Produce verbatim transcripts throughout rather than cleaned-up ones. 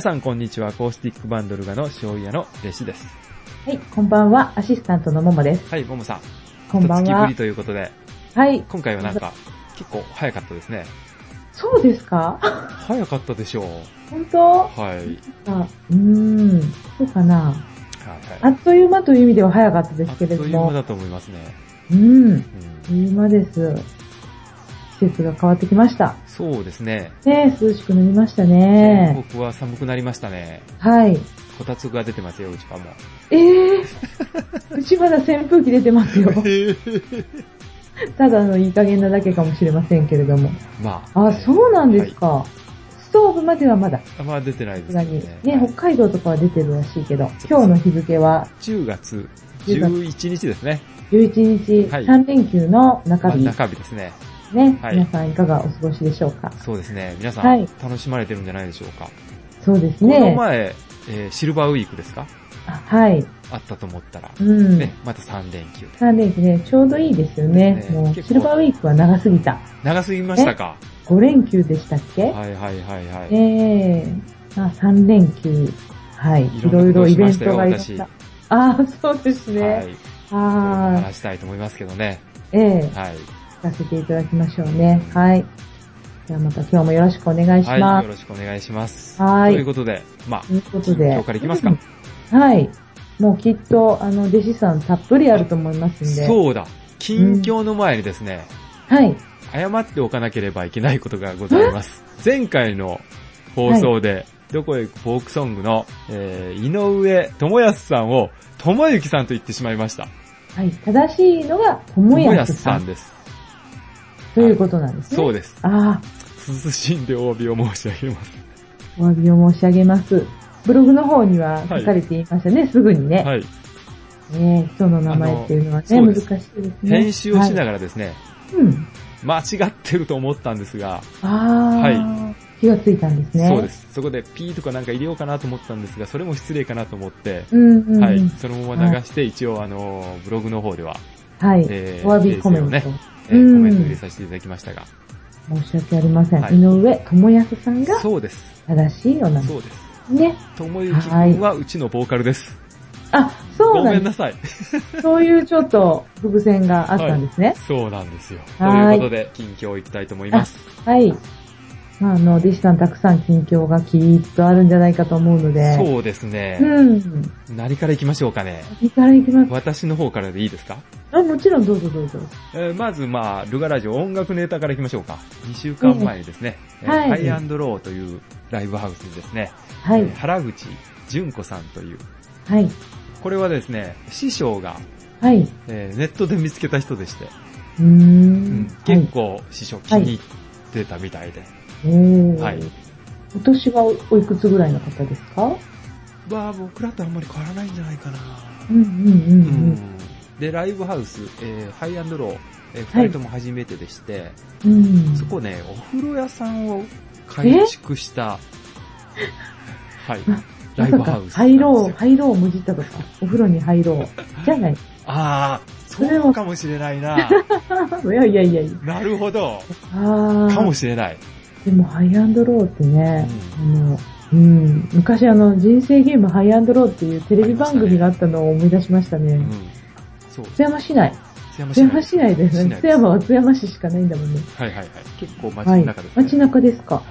さんこんにちは。アコースティックバンドルガの醤油屋の弟子です。 はい、こんばんは。アシスタントのももです。 はい、ももさん。 こんばんは。 一月ぶりということで。 はい。 今回はなんか、結構早かったですね。 そうですか？ 早かったでしょう。 本当？ はい。 あ、うーん、そうかな。はいはい。あっという間という意味では早かったですけれども。 あっという間だと思いますね。 うん。うん、あっという間です。季節が変わってきました。 そうですね。 ねえ、涼しくなりましたね。 僕は寒くなりましたね。 はい。 こたつが出てますよ、うちはもう。 ええー、うちまだ扇風機出てますよ。ただのいい加減なだけかもしれませんけれども。 まあ。 あ、そうなんですか。はい、ストーブまではまだ。 あ、まあ出てないですね。 ね、北海道とかは出てるらしいけど、今日の日付はじゅうがつじゅういちにちですね。 じゅういちにち、はい、さん連休の中日。 中日ですね。 ね、はい、皆さんいかがお過ごしでしょうか。 そうですね。皆さん、はい、楽しまれてるんじゃないでしょうか。 そうですね。 この前、えー、シルバーウィークですか？ はい。 あったと思ったら、 うん、 ね、またさん連休。 さん連休ね、ちょうどいいですよね。ね、もうシルバーウィークは長すぎた。 長すぎましたか？ ご連休でしたっけ？ はいはいはいはい。 ええー、あ、さん連休。はい。いろいろイベントがありました。ああ、そうですね。はい。 ああ。話したいと思いますけどね。 ええー。 はい。 聞かせていただきましょうね。はい。ではまた今日もよろしくお願いします。 はい、よろしくお願いします。 はい。 ということで、まあ、 ということで今日からいきますか、 うん。はい。もうきっと、あの、弟子さんたっぷりあると思いますんで。 そうだ。近況の前にですね、 うん、はい。 謝っておかなければいけないことがございます。前回の放送で、はい、どこへ行くフォークソングの、えー、井上智康さんを、智之さんと言ってしまいました。 はい。正しいのが智康さん。 智康さんです。 ということなんですね。 そうです。 ああ。 謹んでお詫びを申し上げます。 お詫びを申し上げます。ブログの方には書かれていましたね、はい、すぐにね。はい。ね、人の名前っていうのはね、難しいですね。 編集をしながらですね、 はい、うん。 間違ってると思ったんですが、 ああ。はい。気がついたんですね。 そうです。そこでピーとかなんか入れようかなと思ったんですが、それも失礼かなと思って、 うんうんうん、 はい。そのまま流して、一応あの、ブログの方では、 はい。えー、お詫びコメント。 ね、えー、コメント入れさせていただきましたが。 申し訳ありません。はい、井上智康さんが、 そうです。 正しいお名前。 そうです。 ね。 智之くんはうちのボーカルです。 あ、そうなんです。 ごめんなさい。 そういうちょっと伏線があったんですね。はい、 そうなんですよ。ということで、近況いきたいと思います。 はい。まあ、あの、弟子さんたくさん近況がきっとあるんじゃないかと思うので。 そうですね。 うん。 何から行きましょうかね。 何から行きますか？ 私の方からでいいですか？ あ、もちろんどうぞどうぞ。 えー、まず、まあ、ルガラジオ音楽ネタから行きましょうか。にしゅうかんまえにですね、えーはい、ハイアンドローというライブハウスにですね、はい、えー、原口純子さんという、はい。これはですね、師匠が、はい、えー、ネットで見つけた人でして、 うーん、うん、 結構師匠気に入ってたみたいで、はいはい。お年はおいくつぐらいの方ですか？ まあ、僕らとあんまり変わらないんじゃないかな。 うんうんうん、うん。 で、ライブハウス、えー、ハイアンドロー、えー、二人とも初めてでして、 うん、 そこね、お風呂屋さんを改築した、はい、ライブハウス。 入ろう、入ろう無じったとか、お風呂に入ろう。じゃない。 ああ、そうかもしれないな。 いやいやいやいや。 なるほど。 ああ。 かもしれない。 でも、ハイアンドローってね、うん、あの、うん、昔あの、人生ゲームハイアンドローっていうテレビ番組があったのを思い出しましたね。うん、そう。津山市内。 津山市内。津山市内ですね。津山は津山市しかないんだもんね。 はいはいはい。結構街の中ですね。 はい、街中ですか。はい。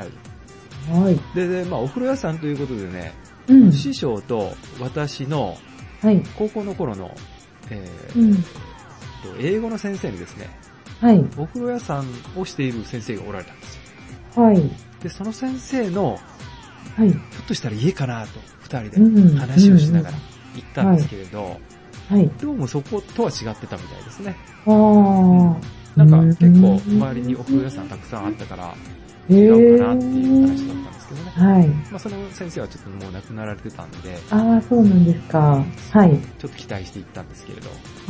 はい。 で、で、まあ、お風呂屋さんということでね、うん、師匠と私の、はい。高校の頃の、えー、うん、英語の先生にですね、はい。お風呂屋さんをしている先生がおられたんですよ。はい。で、その先生の、はい。ひょっとしたら家かなと、二人で話をしながら行ったんですけれど、うんうんうんはい。どうもそことは違ってたみたいですね。ああ、うん。なんか結構周りにお風呂屋さんたくさんあったから、違うかなっていう話だったんですけどね。はい。まあその先生はちょっともう亡くなられてたんで。 ああ、そうなんですか。はい。 ちょっと期待して行ったんですけれど。 うん。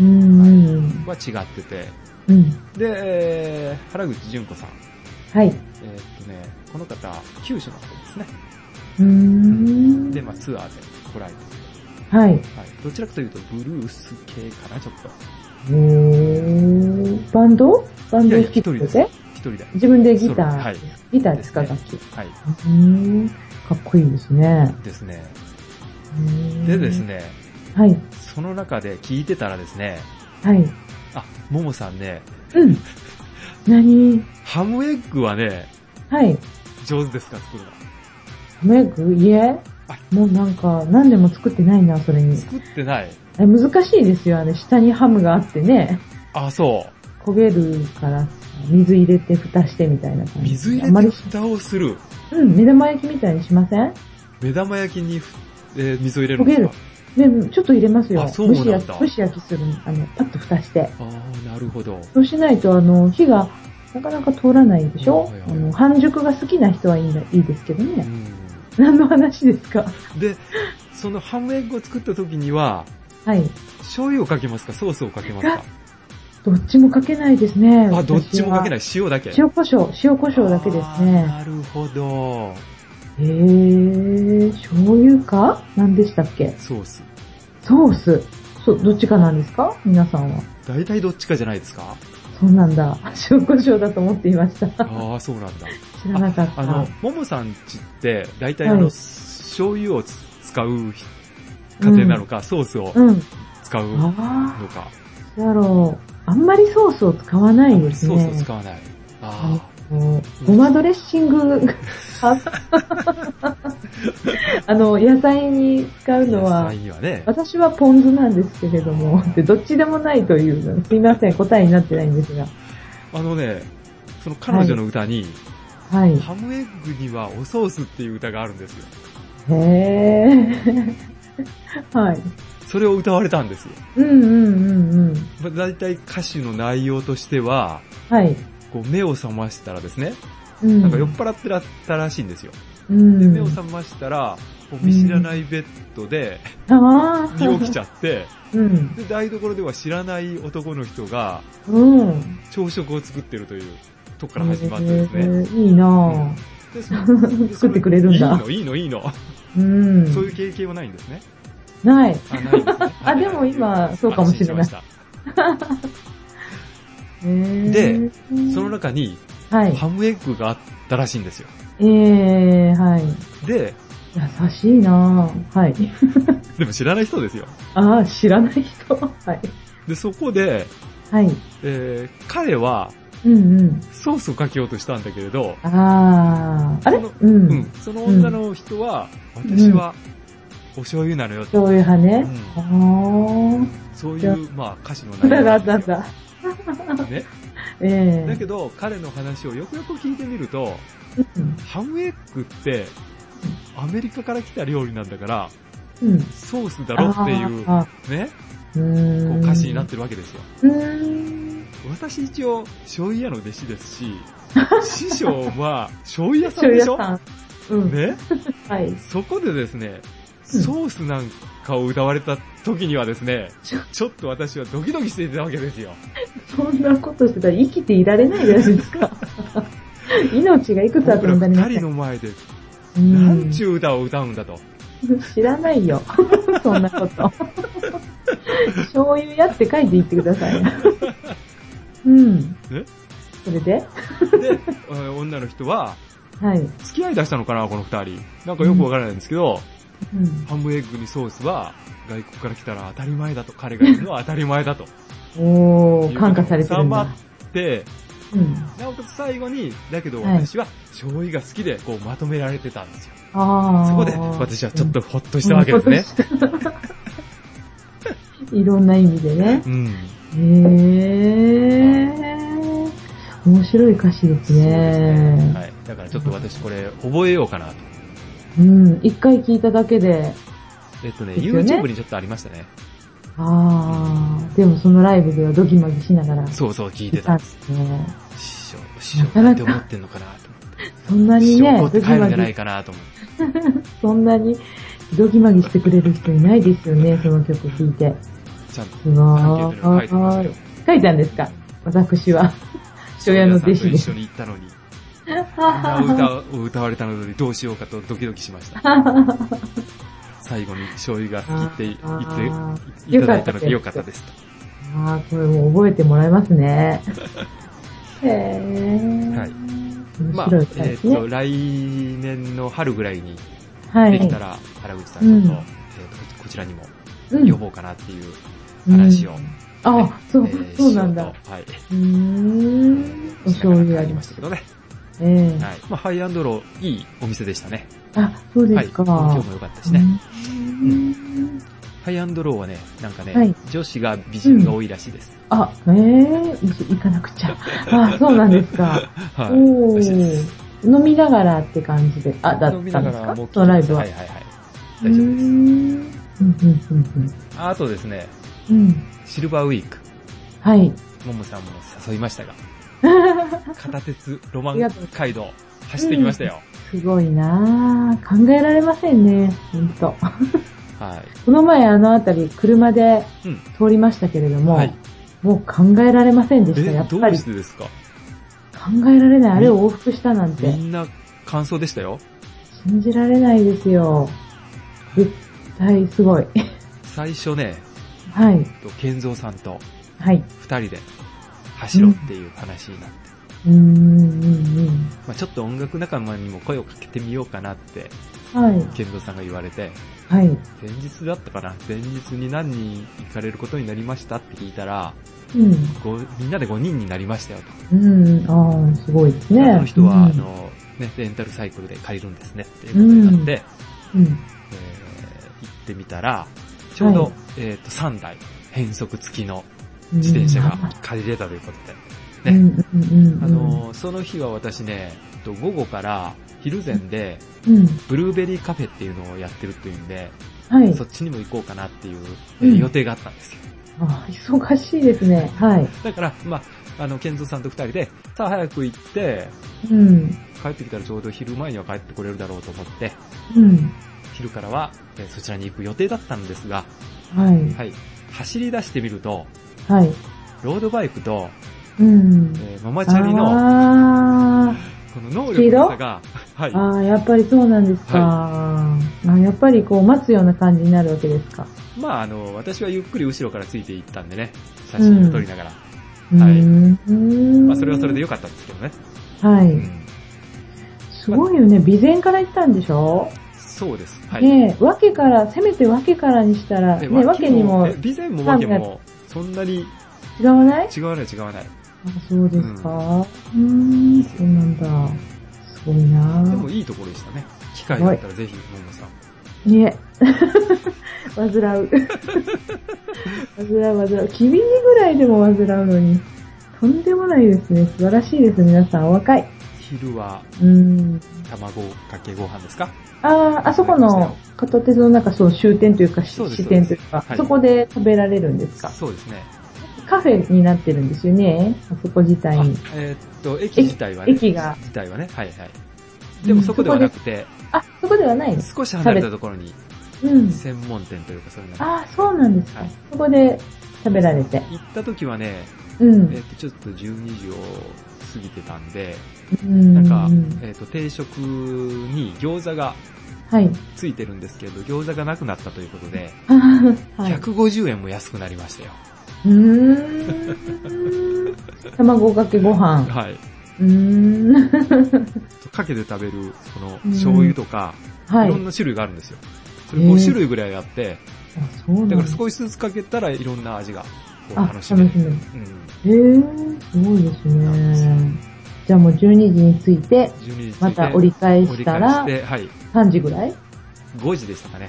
はい。は違ってて。 うん。 で、えー、原口純子さん。 はい。 えー、っとね、この方、九州の方ですね。 うーん。 で、まあツアーで来られてて。 はい。はい。 どちらかというと、ブルース系かな、ちょっと。 へー。バンドバンドいやいや、一人です。 一人で。 自分でギター、 はい、 ギターですか、楽器。 はい。 うーん、かっこいいですね。 ですね。でですね、 はい。 その中で聞いてたらですね、 はい。 あ、ももさんね、 うん。何？ ハムエッグはね、 はい。 上手ですか、作るの。 ハムエッグ？いえ。もうなんか、何でも作ってないな、それに。 作ってない。 え、難しいですよ、あれ。下にハムがあってね。 あ、そう。 焦げるから、水入れて蓋してみたいな感じ。 水入れて蓋をする。 うん、目玉焼きみたいにしません？ 目玉焼きに、えー、水を入れるんですか？ 焦げる。ね、ちょっと入れますよ。 あ、そうなんだ。蒸し焼き、 蒸し焼きする。あの、パッと蓋して。 ああ、なるほど。 そうしないと、あの、火がなかなか通らないでしょ？はいはい、あの、半熟が好きな人はいいんだ、いいですけどね。うん、何の話ですか？ で、そのハムエッグを作った時には、 はい。 醤油をかけますか？ソースをかけますか？ どっちもかけないですね。 あ、どっちもかけない。塩だけ。 塩胡椒、塩胡椒だけですね。 なるほど。 へー、醤油か？何でしたっけ？ ソース。 ソース。そ、どっちかなんですか？皆さんは。 大体どっちかじゃないですか？ そうなんだ。塩胡椒だと思っていました。 ああ、そうなんだ。 知らなかった。 あ, あの、ももさんちって、大体あの、はい、醤油を使う家庭なのか、うん、ソースを使うのか。 うん、だろう。あんまりソースを使わないですね。 ソースを使わない。ああ。 ごまドレッシングあの、野菜に使うのは、 野菜にはね、 私はポン酢なんですけれども、でどっちでもないという、すいません、答えになってないんですが。 あのね、その彼女の歌に、 はい、 ハムエッグにはおソースっていう歌があるんですよ。 へー。はい。 それを歌われたんですよ。 うんうんうんうん。 だいたい歌詞の内容としては、 はい。 こう目を覚ましたらですね、 うん、 なんか酔っ払ってらったらしいんですよ。 うん、 で目を覚ましたら、こう見知らないベッドで、 うん、 寝起きちゃって、 うん、 で台所では知らない男の人が、 うん、 朝食を作ってるというとこから始まってですね。えー、いいなぁ、うん、で作ってくれるんだ。 いいの、いいの、いいの。 うん、 そういう経験はないんですね。 ない。 あ、ないですね。 あ、でも今、そうかもしれない。 で、その中に、はい、ハムエッグがあったらしいんですよ。 ええー、はい。 で、 優しいなぁ。はい。 でも知らない人ですよ。 ああ、知らない人。はい。 で、そこで、 はい。 えー、彼は、 うんうん。 ソースをかけようとしたんだけれど、 ああ、あれうん、うん。その女の人は、うん、私は、お醤油なのよって。 醤油派ね。 うん、あそういう、まあ、歌詞の内容があったんだ。 ね。 えー、 だけど、彼の話をよくよく聞いてみると、うん、ハムエッグって、アメリカから来た料理なんだから、うん、ソースだろっていう、ね、こう歌詞になってるわけですよ。 うーん、 私一応、醤油屋の弟子ですし、師匠は醤油屋さんでしょ？ うん、 ね、 はい。 そこでですね、ソースなんかを歌われた時にはですね、うん、ちょっと私はドキドキしていたわけですよ。 そんなことしてたら生きていられないじゃないですか。命がいくつあっても足りません。 僕ら二人の前で、なんちゅう歌を歌うんだと。 知らないよ。そんなこと。醤油屋って書いていってください。うん。 え？ それでで、女の人は、 はい。 付き合い出したのかな、この二人。なんかよくわからないんですけど、うん、ハムエッグにソースは外国から来たら当たり前だと、彼が言うのは当たり前だと。 おー、感化されてるんだ。 収まって、うん、なおかつ最後に、だけど私は醤油が好きでこうまとめられてたんですよ。 あ、 そこで私はちょっとホッとしたわけですね。 うん、いろんな意味でね。 うん、 へー、面白い歌詞ですね。 そうですね。はい。だからちょっと私これ覚えようかなと。 うん、一回聞いただけで。 えっとね、YouTube にちょっとありましたね。 あー、でもそのライブではドギマギしながら。 そうそう、聞いてたんです。 ね、 師匠、師匠なんて思ってんのかなと思って。 そんなにね、 ドギマギ。帰るんじゃないかなと思って。 そんなにドギマギしてくれる人いないですよね、その曲聴いて。 ちゃんとアンケートに書いてますよ。 書いたんですか？私は。父親の弟子で。 一緒に行ったのに。あんな歌を歌われたのでどうしようかとドキドキしました。最後に醤油が好きって言っていただいたのでよかったですと。 ああ、これも覚えてもらえますね。 へー。はい。 まあ、えっと、来年の春ぐらいにできたら、原口さんと、えっと、こちらにも呼ぼうかなっていう話を。 あ、そう、そうなんだ。はい。うーん。お醤油ありましたけどね。 ええ。 はい。まあ、ハイアンドロー、いいお店でしたね。 あ、そうですか。 はい。今日も良かったしね。うん。ハイアンドローはね、なんかね、女子が美人が多いらしいです。 あ、ええ、行かなくちゃ。あ、そうなんですか。はい。おー。飲みながらって感じで、あ、だったんですか？飲みながらもうそのライブは。はいはいはい。 大丈夫です。あとですね、うん、シルバーウィーク。はい。ももさんも誘いましたが、片鉄ロマン街道走ってきましたよ。 うん、すごいなぁ。考えられませんね、ほんと。はい。この前あのあたり車で通りましたけれども、うんはい、もう考えられませんでした、やっぱり。 どうしてですか？ 考えられない。あれを往復したなんて。 みんな感想でしたよ。 信じられないですよ。絶対すごい。 最初ね、はい。健三さんと、はい。二人で走ろうっていう話になって。うん、うん、うん。まあちょっと音楽仲間にも声をかけてみようかなって、はい。健三さんが言われて、はい。前日だったかな？前日に何人行かれることになりましたって聞いたら、うん、みんなでごにんになりましたよと。うん、ああ、すごいですね。その人は、うん、あの、ね、レンタルサイクルで借りるんですねっていうことになって、うん、えー、行ってみたら、ちょうど、はい、えっと、さんだい変速付きの自転車が借りれたということで、ね。あの、その日は私ね、午後から昼前で、うん、ブルーベリーカフェっていうのをやってるっていうんで、はい、そっちにも行こうかなっていう、えー、予定があったんですよ。ああ、忙しいですね。はい。だから、まあ、あの、健三さんと二人で、さあ早く行って、うん。帰ってきたらちょうど昼前には帰ってこれるだろうと思って、うん。昼からは、えー、そちらに行く予定だったんですが、はい。はい。走り出してみると、はい。ロードバイクと、うん。えー、ママチャリの、あこの能力の差が、はい。ああ、やっぱりそうなんですか。はい、あやっぱりこう待つような感じになるわけですか。まああの、私はゆっくり後ろからついていったんでね、写真を撮りながら。うん、はい。うんまあそれはそれで良かったんですけどね。はい。うん、すごいよね、備前から行ったんでしょ？そうです。はい。ねえ、わけから、せめてわけからにしたら、ね、わけにも。備前もわけも、そんなに。違わない？違わない違わない。あ、そうですか。うん、んそうなんだ。すごいなぁ。でもいいところでしたね。機会があったらぜひ、ももさん。いえ。煩う。煩う煩う。君にぐらいでも煩うのに。とんでもないですね。素晴らしいです。皆さん、お若い。昼は、うん。卵かけご飯ですか？ああ、あそこの片手のなんかそう終点というか支店というか、はい、そこで食べられるんですか？そうですね。カフェになってるんですよね。あそこ自体に。えー、っと、駅自体はね。駅が。自体はね。はいはい。でもそこではなくて。あ、そこではないの？少し離れたところに。うん。専門店というかそういうの。ああ、そうなんですか。はい、そこで食べられて。行った時はね、うん。えー、っと、ちょっとじゅうにじを過ぎてたんで、うん。なんか、えー、っと、定食に餃子が、はい。ついてるんですけど、餃子がなくなったということで、はい、ひゃくごじゅうえんも安くなりましたよ。うーん。卵かけご飯。はい。うーん。かけて食べる、この醤油とか、はい、いろんな種類があるんですよ。それご種類ぐらいあって、えー、あそうなんだから少しずつかけたらいろんな味が楽しめる。楽しめる。うん。へー、すごいですね。じゃあもうじゅうにじに着いて、じゅうにじに着いてまた折り返したら、折り返して、はい。さんじぐらい ?ごじでしたかね。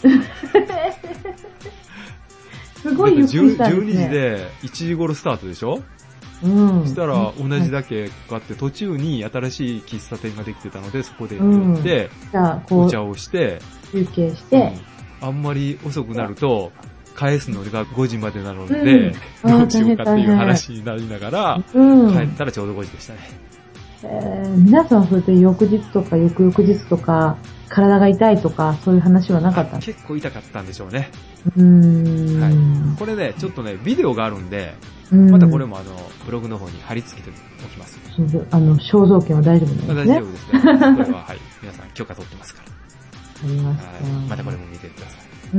すごいゆっくりしたんですね。じゅうにじでいちじ頃スタートでしょ？うん。そしたら同じだけかかって、途中に新しい喫茶店ができてたので、そこで寄って、うん、お茶をして、休憩して、うん、あんまり遅くなると、返すのがごじまでなので、うん、どうしようかっていう話になりながら、うん、帰ったらちょうどごじでしたね。えー、皆さんそれで翌日とか翌々日とか、体が痛いとか、そういう話はなかったんですか？結構痛かったんでしょうね。うーん。はい。これね、ちょっとね、ビデオがあるんで、またこれもあの、ブログの方に貼り付けておきます。そう、あの、肖像権は大丈夫なんですね。大丈夫ですね。これは、はい。皆さん許可取ってますから。ありました。またこれも見てください。 うん。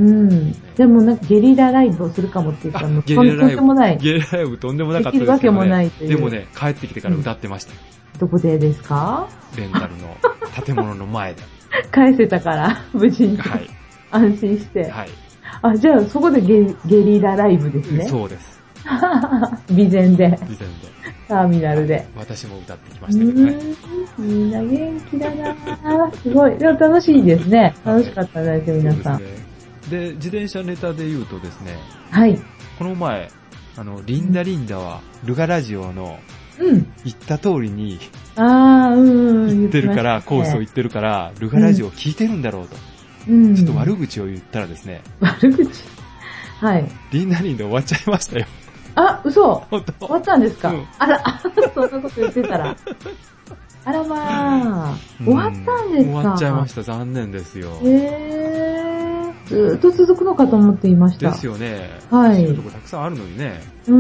でもなんかゲリラライブをするかもって言ったら、もうとんでもない。 ゲリラライブとんでもなかったですけどね。できるわけもないという。 でもね、帰ってきてから歌ってましたよ。 うん、どこでですか？ レンタルの建物の前で。 返せたから、無事に。はい。安心して。はい。あ、じゃあそこで ゲ, ゲリラライブですね。 そうです。 備前で。 備前で。 ターミナルで。 私も歌ってきましたけどね。 みんな元気だなぁ。すごい。でも楽しいですね。楽しかったですよ、皆さん。 で、自転車ネタで言うとですね。 はい。 この前、あの、リンダリンダは、ルガラジオの、うん。言った通りに、 ああ、うん、 言ってるから、コースを言ってるから、ルガラジオを聞いてるんだろうと。うん。ちょっと悪口を言ったらですね。 悪口はい。 リンダリンダ終わっちゃいましたよ。 あ、嘘終わったんですか、うん、あら、そんなこと言ってたら。あらまあ、終わったんですか、終わっちゃいました。残念ですよ。 へー。ずーっと続くのかと思っていました。 ですよね。 はい。 そういうとこたくさんあるのにね。 うん。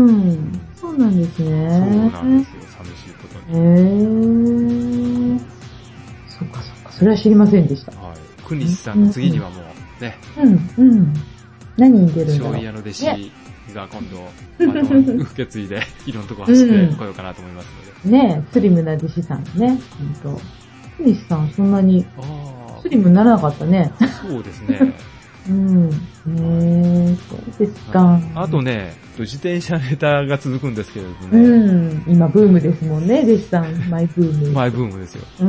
そうなんですね。 そうなんですよ。寂しいことに。 へー。そっかそっか。それは知りませんでした。 はい。クニシさんの次にはもうね。 うん、うん。何に出るんだろう。 醤油屋の弟子が今度、あの、受け継いで、いろんなとこ走ってこようかなと思いますので。うん、ねえ、スリムな弟子さんね。ほんと。クニシさんそんなに、スリムにならなかったね。 そうですね。 うん。へえ、そうですか。 あとね、自転車ネタが続くんですけれどね。 うん。今ブームですもんね、弟子さん。マイブーム。 マイブームですよ。 うん。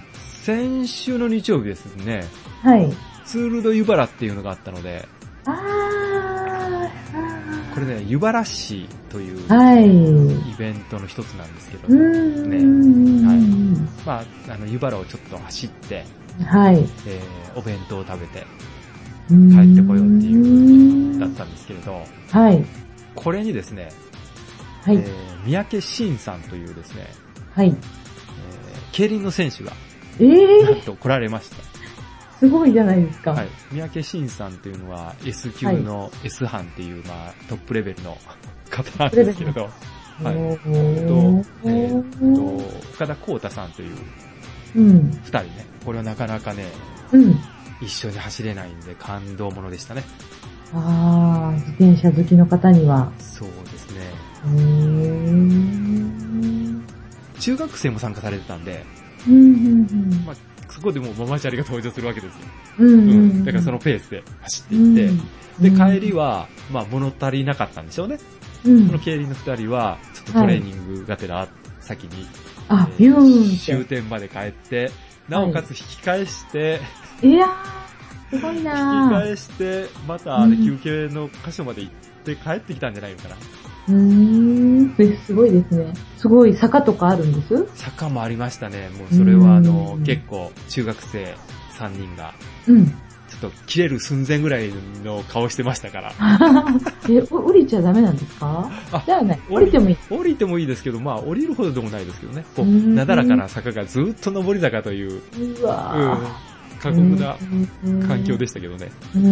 先週の日曜日ですね。 はい。 ツールドユバラっていうのがあったので。 あー。 これね、ユバラ市という、 はい、 イベントの一つなんですけどね。はい。まあ、あの、ユバラをちょっと走って、 はい。 えー、お弁当を食べて、帰ってこようっていうだったんですけれど、 はい。 これにですね、 はい。 えー、三宅慎さんというですね、 はい。えー、 競輪の選手が、 えー、 なんと来られました。 すごいじゃないですか。 はい。三宅慎さんというのは S 級の S 班っていう、まあ、トップレベルの方なんですけれど、はい。えっと、えー、っと、岡田光太さんという、うん。二人ね。これはなかなかね、うん。一緒に走れないんで感動ものでしたね。 ああ、自転車好きの方には。 そうですね。 へー。 中学生も参加されてたんで、 うんうんうん。 まあそこでもうママチャリが登場するわけですよ。 うんうんうんうん、 だからそのペースで走っていって、うんうん、で、帰りは、まあ物足りなかったんでしょうね。うん、その競輪の二人は、ちょっとトレーニングがてら、先に、 はい、えー、あ、ビューン終点まで帰って、なおかつ引き返して、 はい、いやー、すごいなー。引き返して、またあれ休憩の箇所まで行って帰ってきたんじゃないのかな。 うーん、すごいですね。すごい坂とかあるんです？ 坂もありましたね。もうそれはあの、結構中学生さんにんが、うん。ちょっと切れる寸前ぐらいの顔してましたから。 え、降りちゃダメなんですか？あ、じゃあね、降りてもいい。 降りてもいいですけど、まあ降りるほどでもないですけどね。こう、なだらかな坂がずっと上り坂という、 うわうん、過酷な環境でしたけどね。 うん。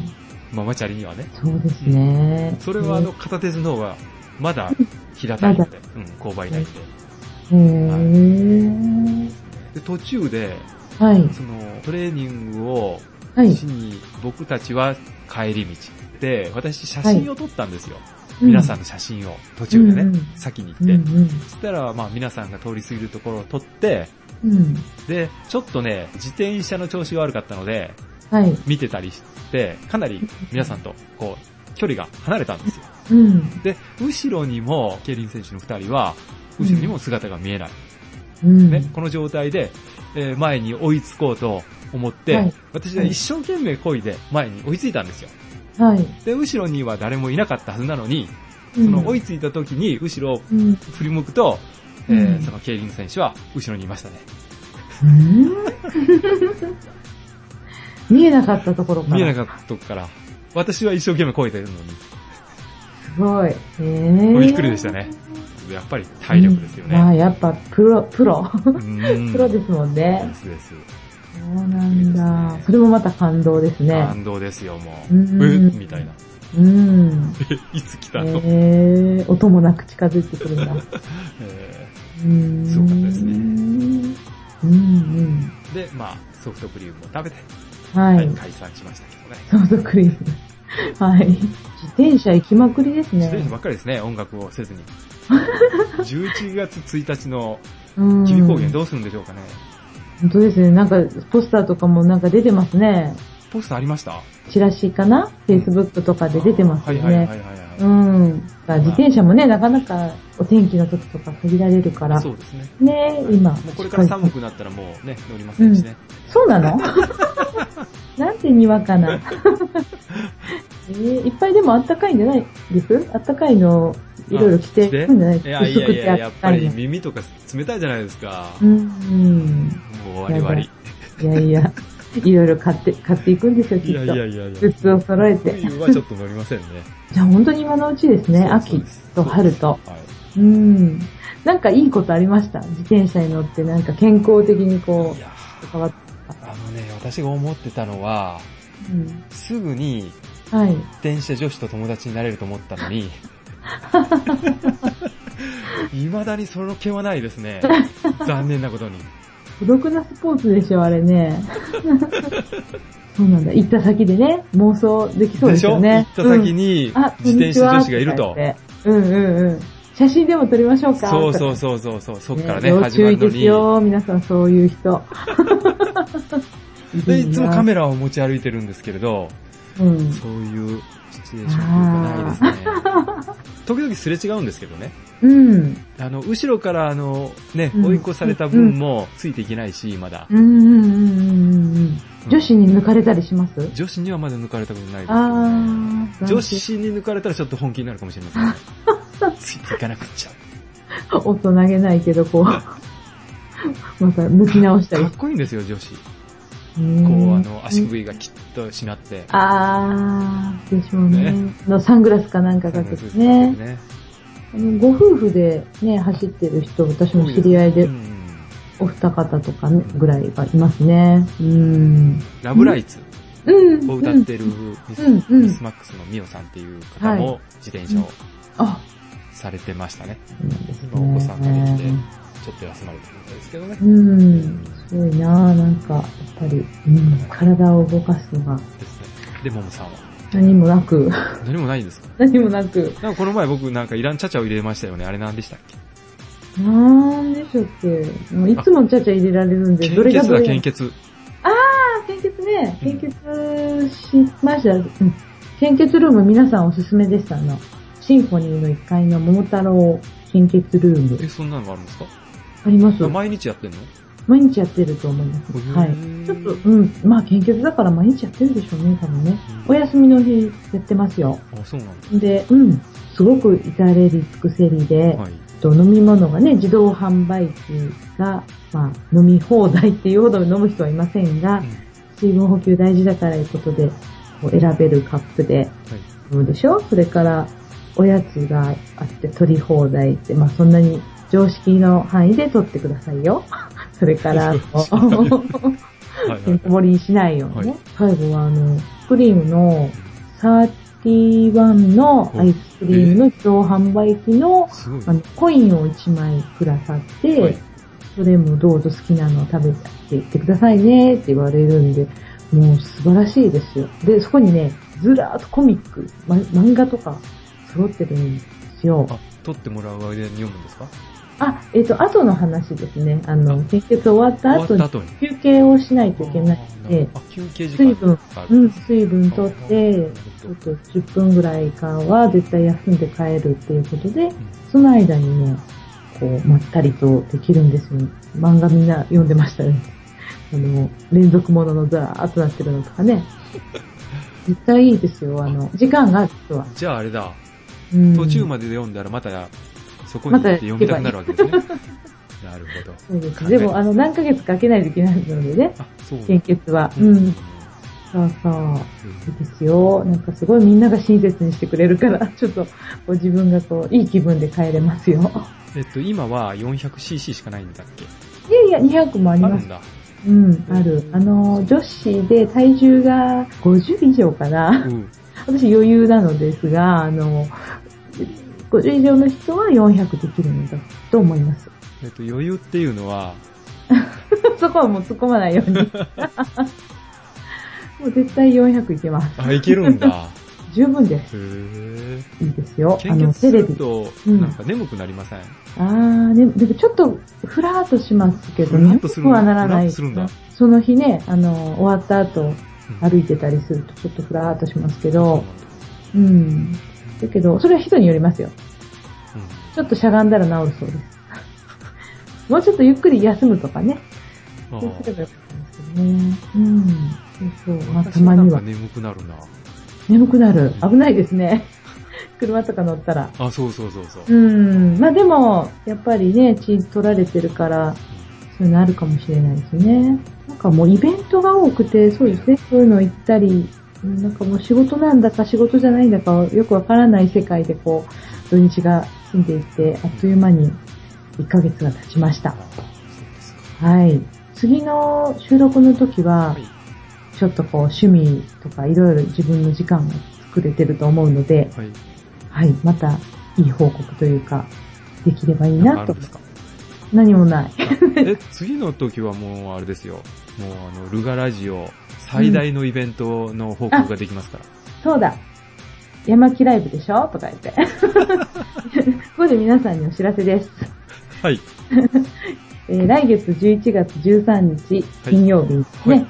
ママチャリにはね。 そうですね。 それはあの、片手の方が、まだ平たいので、うん、勾配ないんで。 へー。 で、途中で、 はい。 その、トレーニングをしに、僕たちは帰り道で、私写真を撮ったんですよ。うん、皆さんの写真を、途中でね、うんうん、先に行って。うんうん、そしたら、まあ皆さんが通り過ぎるところを撮って、うん、で、ちょっとね、自転車の調子が悪かったので、はい、見てたりして、かなり皆さんと、こう、距離が離れたんですよ。うん、で、後ろにも、競輪選手の二人は、後ろにも姿が見えない。うんね、この状態で、えー、前に追いつこうと思って、はい、私は一生懸命漕いで前に追いついたんですよ。はい、で、後ろには誰もいなかったはずなのに、その追いついた時に後ろを振り向くと、うんえー、その競輪選手は後ろにいましたね。 うん見えなかったところから。 見えなかったとこから。私は一生懸命漕いでるのに。 すごい。えー、 びっくりでしたね。やっぱり体力ですよね。 うん、あやっぱプロ、プロ。プロですもんね。 ですです。 そうなんだ、ね。それもまた感動ですね。 感動ですよ、もう。うん、えみたいな。 うん。 え、いつ来たのえー、音もなく近づいてくるんだ。 えー、うんすごかったですね。 うんうん。 で、まあ、ソフトクリームを食べて、 はい、はい。 解散しましたけどね。 ソフトクリーム。はい。自転車行きまくりですね。 自転車ばっかりですね、音楽をせずに。じゅういちがつついたちの吉備高原どうするんでしょうかね。 本当ですね。なんか、ポスターとかもなんか出てますね。 ポスターありました？ チラシかな？ Facebook とかで出てますよね。はいはいはいはい、はい。 うん。自転車もね、なかなかお天気の時とか限られるから。 そうですね。 ね、今。もうこれから寒くなったらもうね、乗りませんしね。 うん、そうなのなんてにわかな。えー、いっぱいでもあったかいんじゃないです？あったかいのいろいろ着てるんじゃないですか？ いやいやいや、やっぱり耳とか冷たいじゃないですか。 うん。 もう終わり終わり。 いやいや、いろいろ買って、買っていくんですよ、きっと。いやいやいやいや。グッズを揃えて。 冬はちょっと乗りませんね。 じゃあ本当に今のうちですね、秋と春と。はい、うん。なんかいいことありました？自転車に乗ってなんか健康的にこう、変わった。 あのね、私が思ってたのは、うん、すぐに、 はい。 自転車女子と友達になれると思ったのに、未だにその気はないですね。残念なことに。 孤独なスポーツでしょ、あれね。そうなんだ。行った先でね、妄想できそうですよね。 でしょ？行った先に、うん、自転車女子がいると。 うんうんうん。写真でも撮りましょうか。 そうそうそうそうそう、そっからね、 ね始まるのに。 要注意ですよ、皆さんそういう人。 で、いつもカメラを持ち歩いてるんですけれど、うん、そういうシチュエーションというかないですね。時々すれ違うんですけどね。 うん。 あの、後ろからあの、ね、うん、追い越された分もついていけないし、まだ。 うんうんうんうんうん。女子に抜かれたりします？ 女子にはまだ抜かれたことないですけど、ね、女子に抜かれたらちょっと本気になるかもしれませんね。ついていかなくっちゃ。 大人げないけど、こう、また抜き直したり。 かっこいいんですよ、女子。こう、あの、足首がきっと締まって。 あー、でしょうね。ねのサングラスかなんかかけてね。ねあのご夫婦でね、走ってる人、私も知り合いで、お二方とか、ね、ぐらいがいますね。うん。 ラブライツを歌ってるミス、 うんうん、 ミスマックスのミオさんっていう方も自転車をされてましたね。今お子さんができて、ちょっと休まれてるみたいですけどね。 うん。すごいなぁ、なんか、やっぱり、うん、体を動かすのが。 ですね。で、ももさんは何もなく。 何もないんですか？ 何もなく。 なんかこの前僕なんかイランチャチャを入れましたよね。あれ何でしたっけ？ なんでしょうっけ？いつもチャチャ入れられるんで、 どれがどれ？献血だ、献血。 あー、献血ね。献血しました。うん。献血ルーム皆さんおすすめでした。あの、シンフォニーのいっかいの桃太郎献血ルーム。 え、そんなのがあるんですか？ あります。 毎日やってんの？ 毎日やってると思います。はい。ちょっと、うん。まあ、献血だから毎日やってるでしょうね、多分ね。うん、お休みの日やってますよ。 あ、そうなんですで、うん。すごく至れり尽くせりで、はい、と飲み物がね、自動販売機が、まあ、飲み放題っていうほど飲む人はいませんが、うん、水分補給大事だからいうことで、こう選べるカップで飲むでしょ、はい、それから、おやつがあって取り放題って、まあ、そんなに常識の範囲で取ってくださいよ。それから、てんこ盛りにしないようにね。はい、最後は、あの、クリームのサーティワンのアイスクリームの自動販売機の、あのコインをいちまいくださって、はい、それもどうぞ好きなのを食べていってくださいねって言われるんで、もう素晴らしいですよ。で、そこにね、ずらーっとコミック、ま、漫画とか揃ってるんですよ。 あ、撮ってもらう間に読むんですか？ あ、えっと、後の話ですね。あの、献血終わった後に休憩をしないといけないので、 休憩時間水分、うん、水分取って、ちょっとじゅっぷんぐらい間は絶対休んで帰るっていうことで、うん、その間にね、こう、まったりとできるんですよ。漫画みんな読んでましたね。あの、連続もののザーっとなってるのとかね。絶対いいですよ、あの、時間がある人は。 じゃああれだ、うん、途中までで読んだらまた、そこに行って読みたくなるわけですね。なるほど。 そうです。でも、あの、何ヶ月かけないといけないのでね。あ、そう。献血は。うん。うん、そうそう。うん、いいですよ。なんかすごいみんなが親切にしてくれるから、ちょっと、こう自分がこう、いい気分で帰れますよ。 えっと、今は よんひゃくシーシー しかないんだっけ？ いやいや、にひゃくもあります。あるんだ。うん、ある。あの、女子で体重がごじゅう以上かな。うん、私余裕なのですが、あの、ごじゅう以上の人はよんひゃくできるのだと思います。 えっと、余裕っていうのはそこはもう突っ込まないように。 もう絶対よんひゃくいけます。 あ、いけるんだ。 十分です。 へー。 いいですよ。 献血すると、なんか眠くなりません？ うん、あー、ね、でもちょっとふらーっとしますけど、眠くはならない。 するんだ。 その日ね、あの、終わった後、歩いてたりするとちょっとふらーっとしますけど、うん。だけど、それは人によりますよ。うん、ちょっとしゃがんだら治るそうです。もうちょっとゆっくり休むとかね。そうすればよかったんですけどね。うん。そうそう。まあ、たまには。 眠くなるな。 眠くなる。危ないですね。車とか乗ったら。 あ、そうそうそうそう。 うん。まあでも、やっぱりね、血取られてるから、そういうのあるかもしれないですね。なんかもうイベントが多くて、そうですね。そういうの行ったり、なんかもう仕事なんだか仕事じゃないんだかよくわからない世界でこう、土日が過ぎていって、あっという間にいっかげつが経ちました。はい。次の収録の時は、ちょっとこう趣味とかいろいろ自分の時間が作れてると思うので、はい。はい。またいい報告というか、できればいいなと。何もない。 え、次の時はもうあれですよ。もうあの、ルガラジオ最大のイベントの報告ができますから。うん、 そうだ。山木ライブでしょとか言って。ここで皆さんにお知らせです。 はい。 えー、来月じゅういちがつじゅうさんにち金曜日ですね。はいはい、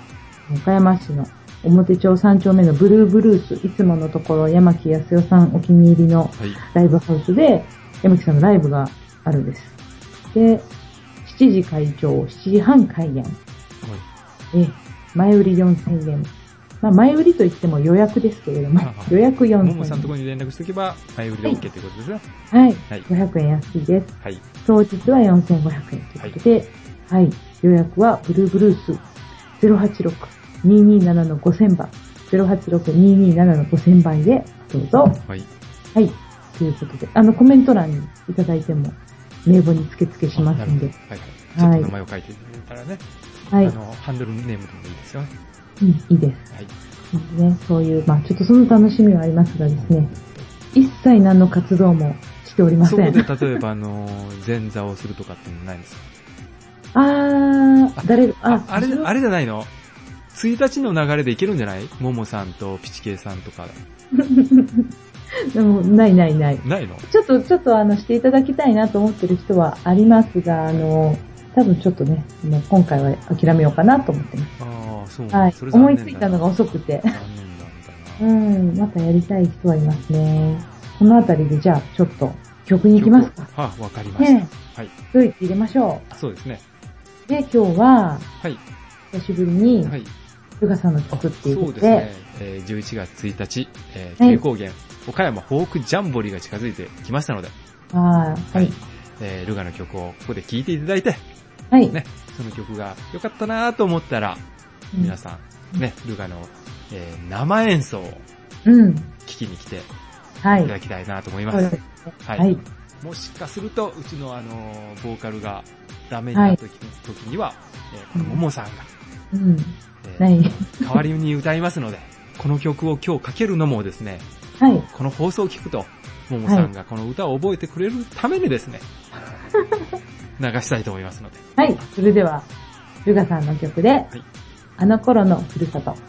岡山市の表町さん丁目のブルーブルース、いつものところ山木康代さんお気に入りのライブハウスで、山木さんのライブがあるんです。で、しちじ開場、しちじはん開演。はい、え、前売りよんせんえん。まあ、前売りといっても予約ですけれども、予約よんせんえん。 ももさんのところに連絡しておけば、前売りで OK ということですね。 はい。はい。ごひゃくえん安いです。はい。当日はよんせんごひゃくえんということで、はい。はい、予約はブルーブルース ゼロはちろく にーにーなな のごせんばん、ゼロはちろく にーにーなな のごせんばんへどうぞ。はい。はい。ということで、あの、コメント欄にいただいても、名簿に付け付けしますんで。はいはい。ちょっと名前を書いていただいたらね。はい。あの、ハンドルネームでもいいですよね。 うん、いいです。はい。ね、そういう、まあちょっとその楽しみはありますがですね、一切何の活動もしておりません。 そこで例えばあの、前座をするとかっていうのないんですか？ あー、誰、 あ、あれ、あれじゃないの？ついたちの流れでいけるんじゃない？ももさんとピチケイさんとか。 でも、ないないない。 ないの？ ちょっと、ちょっとあの、していただきたいなと思ってる人はありますが、あの、多分ちょっとね、もう今回は諦めようかなと思ってます。ああ、そうなんだ。はい。思いついたのが遅くて。残念だ、うん、またやりたい人はいますね。このあたりでじゃあ、ちょっと曲に行きますか。 はあ、わかりました。ね、 はい。ドイツ入れましょう。そうですね。 で、今日は、はい。久しぶりに、はい。ルガさんの曲っていうことで。そうですね。 えー、じゅういちがつついたち、えー、蛍光源、はい、岡山フォークジャンボリーが近づいてきましたので。 はい。はい。 えー、ルガの曲をここで聴いていただいて、 はい。 ね、その曲が良かったなと思ったら、うん、皆さん、ね、ルガの、えー、生演奏を、うん。聴きに来て、はい。いただきたいなと思います。はい。はい。はい、もしかすると、うちのあの、ボーカルがダメになった時、はい、時には、えー、このももさんが、うん。えー、はい。代わりに歌いますので、この曲を今日かけるのもですね、はい。この放送を聞くと、ももさんがこの歌を覚えてくれるためにですね、はい、流したいと思いますので。 はい。それでは、ルガさんの曲で、はい、あの頃のふるさと。はい、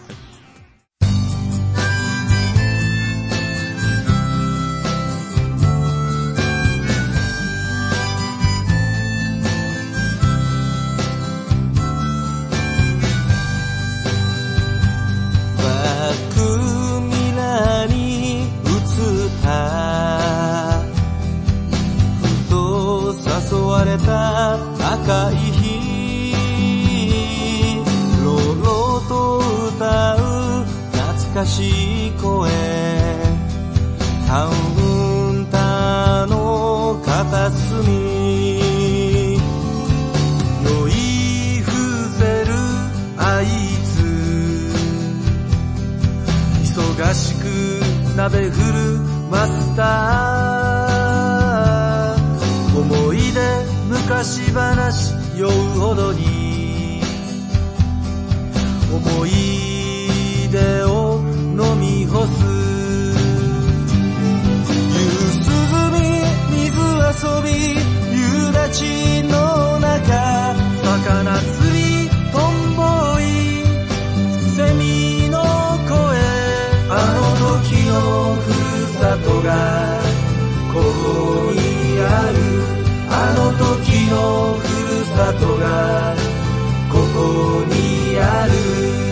赤い日ロロと歌う懐かしい声カウンターの片隅酔い伏せるあいつ忙しく鍋振るマスター思い出昔話酔うほどに思い出を飲み干す夕涼み水遊び夕立の中魚釣りトンボイセミののふるさとがここにある。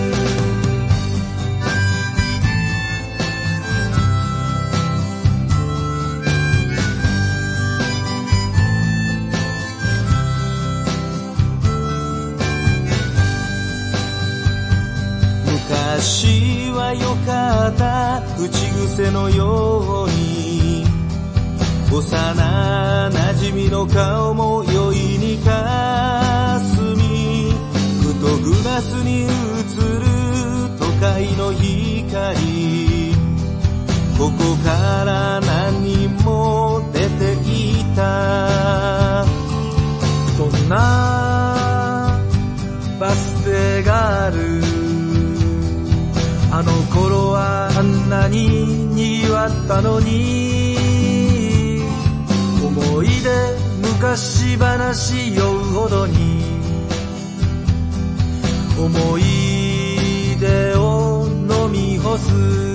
昔はよかった口癖のように幼馴染の顔も酔いにかすみ、ふとグラスに映る都会の光、ここから何人も出ていた。そんなバス停がある。あの頃はあんなに賑わったのに、思い出昔話酔うほどに、思い出を飲み干す。